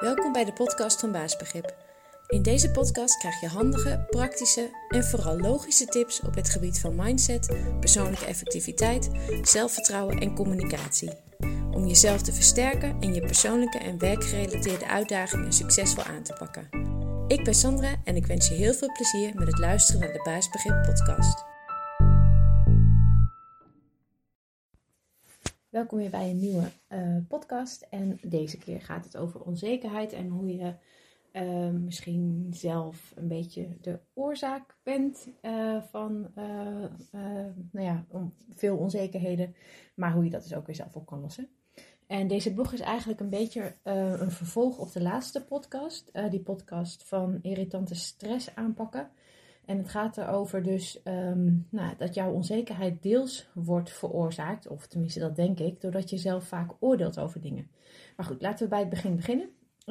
Welkom bij de podcast van Baasbegrip. In deze podcast krijg je handige, praktische en vooral logische tips op het gebied van mindset, persoonlijke effectiviteit, zelfvertrouwen en communicatie. Om jezelf te versterken en je persoonlijke en werkgerelateerde uitdagingen succesvol aan te pakken. Ik ben Sandra en ik wens je heel veel plezier met het luisteren naar de Baasbegrip podcast. Welkom weer bij een nieuwe podcast en deze keer gaat het over onzekerheid en hoe je misschien zelf een beetje de oorzaak bent van veel onzekerheden, maar hoe je dat dus ook weer zelf op kan lossen. En deze blog is eigenlijk een beetje een vervolg op de laatste podcast, die podcast van irritante stress aanpakken. En het gaat erover dus dat jouw onzekerheid deels wordt veroorzaakt, of tenminste dat denk ik, doordat je zelf vaak oordeelt over dingen. Maar goed, laten we bij het begin beginnen.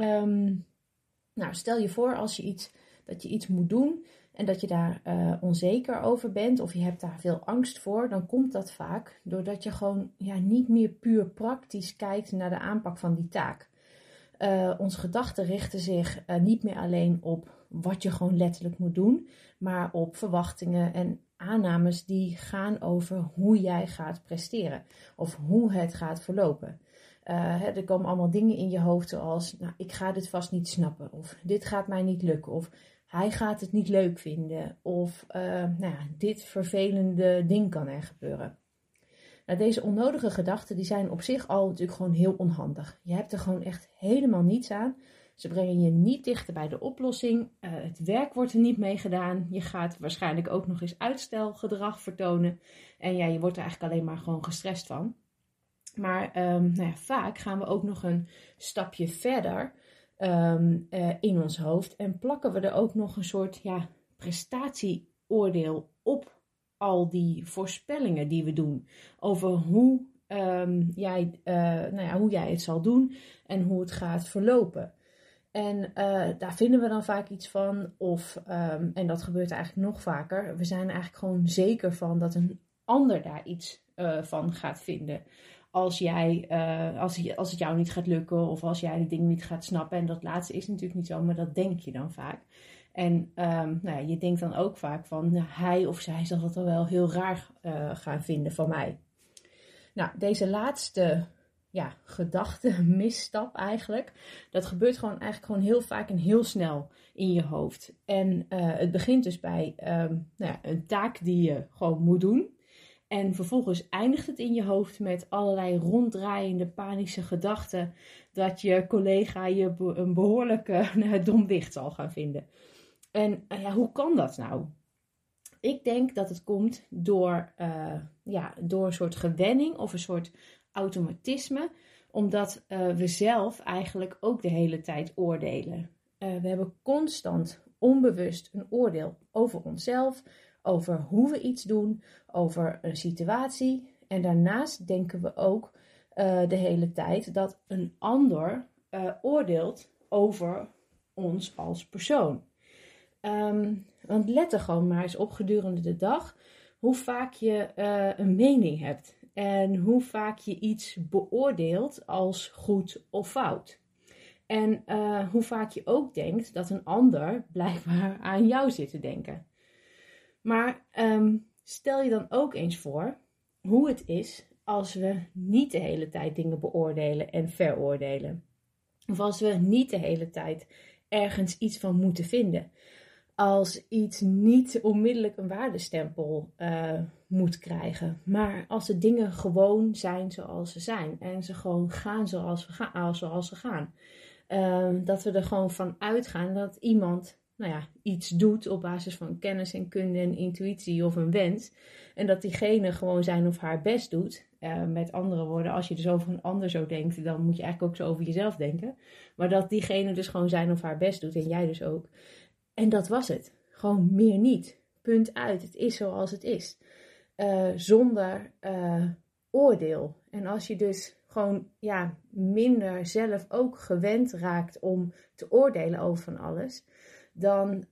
Stel je voor dat je iets moet doen en dat je daar onzeker over bent of je hebt daar veel angst voor, dan komt dat vaak doordat je gewoon niet meer puur praktisch kijkt naar de aanpak van die taak. Onze gedachten richten zich niet meer alleen op wat je gewoon letterlijk moet doen, maar op verwachtingen en aannames die gaan over hoe jij gaat presteren of hoe het gaat verlopen. Er komen allemaal dingen in je hoofd zoals, ik ga dit vast niet snappen of dit gaat mij niet lukken of hij gaat het niet leuk vinden of dit vervelende ding kan er gebeuren. Deze onnodige gedachten die zijn op zich al natuurlijk gewoon heel onhandig. Je hebt er gewoon echt helemaal niets aan. Ze brengen je niet dichter bij de oplossing. Het werk wordt er niet mee gedaan. Je gaat waarschijnlijk ook nog eens uitstelgedrag vertonen. En je wordt er eigenlijk alleen maar gewoon gestrest van. Maar vaak gaan we ook nog een stapje verder in ons hoofd. En plakken we er ook nog een soort prestatieoordeel op al die voorspellingen die we doen. Over hoe jij het zal doen en hoe het gaat verlopen. En daar vinden we dan vaak iets van. En dat gebeurt eigenlijk nog vaker. We zijn eigenlijk gewoon zeker van dat een ander daar iets van gaat vinden. Als het jou niet gaat lukken of als jij die dingen niet gaat snappen. En dat laatste is natuurlijk niet zo, maar dat denk je dan vaak. En je denkt dan ook vaak van hij of zij zal het wel heel raar gaan vinden van mij. Nou, deze laatste gedachte, misstap eigenlijk, dat gebeurt eigenlijk gewoon heel vaak en heel snel in je hoofd. En het begint dus bij een taak die je gewoon moet doen. En vervolgens eindigt het in je hoofd met allerlei ronddraaiende panische gedachten dat je collega je een behoorlijke dom wicht zal gaan vinden. En hoe kan dat nou? Ik denk dat het komt door een soort gewenning of een soort automatisme, omdat we zelf eigenlijk ook de hele tijd oordelen. We hebben constant onbewust een oordeel over onszelf, over hoe we iets doen, over een situatie. En daarnaast denken we ook de hele tijd dat een ander oordeelt over ons als persoon. Want let er gewoon maar eens op gedurende de dag hoe vaak je een mening hebt. En hoe vaak je iets beoordeelt als goed of fout. En hoe vaak je ook denkt dat een ander blijkbaar aan jou zit te denken. Maar stel je dan ook eens voor hoe het is als we niet de hele tijd dingen beoordelen en veroordelen. Of als we niet de hele tijd ergens iets van moeten vinden. Als iets niet onmiddellijk een waardestempel moet krijgen. Maar als de dingen gewoon zijn zoals ze zijn. En ze gewoon gaan zoals ze gaan. Dat we er gewoon van uitgaan dat iemand iets doet op basis van kennis en kunde en intuïtie of een wens. En dat diegene gewoon zijn of haar best doet. Met andere woorden, als je dus over een ander zo denkt, dan moet je eigenlijk ook zo over jezelf denken. Maar dat diegene dus gewoon zijn of haar best doet en jij dus ook. En dat was het. Gewoon meer niet. Punt uit. Het is zoals het is. Zonder oordeel. En als je dus gewoon minder zelf ook gewend raakt om te oordelen over van alles, dan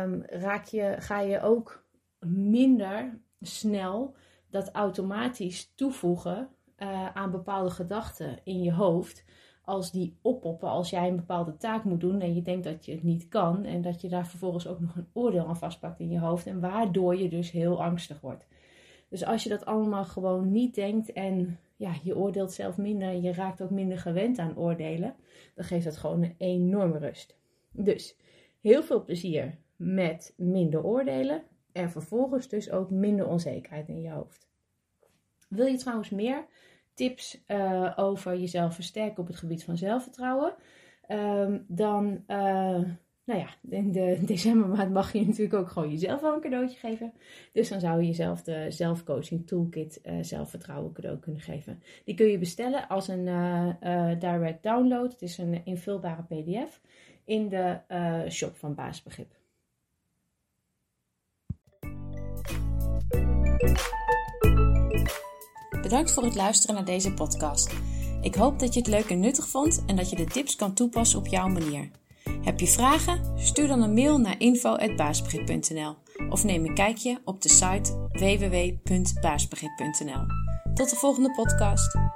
ga je ook minder snel dat automatisch toevoegen aan bepaalde gedachten in je hoofd als die oppoppen als jij een bepaalde taak moet doen en je denkt dat je het niet kan en dat je daar vervolgens ook nog een oordeel aan vastpakt in je hoofd en waardoor je dus heel angstig wordt. Dus als je dat allemaal gewoon niet denkt en je oordeelt zelf minder, je raakt ook minder gewend aan oordelen, dan geeft dat gewoon een enorme rust. Dus heel veel plezier met minder oordelen en vervolgens dus ook minder onzekerheid in je hoofd. Wil je trouwens meer tips over jezelf versterken op het gebied van zelfvertrouwen? Dan in de decembermaand mag je natuurlijk ook gewoon jezelf wel een cadeautje geven. Dus dan zou je jezelf de zelfcoaching toolkit zelfvertrouwen cadeau kunnen geven. Die kun je bestellen als een direct download. Het is een invulbare pdf in de shop van Baasbegrip. Bedankt voor het luisteren naar deze podcast. Ik hoop dat je het leuk en nuttig vond en dat je de tips kan toepassen op jouw manier. Heb je vragen? Stuur dan een mail naar info@baasbegrip.nl of neem een kijkje op de site www.baasbegrip.nl. Tot de volgende podcast.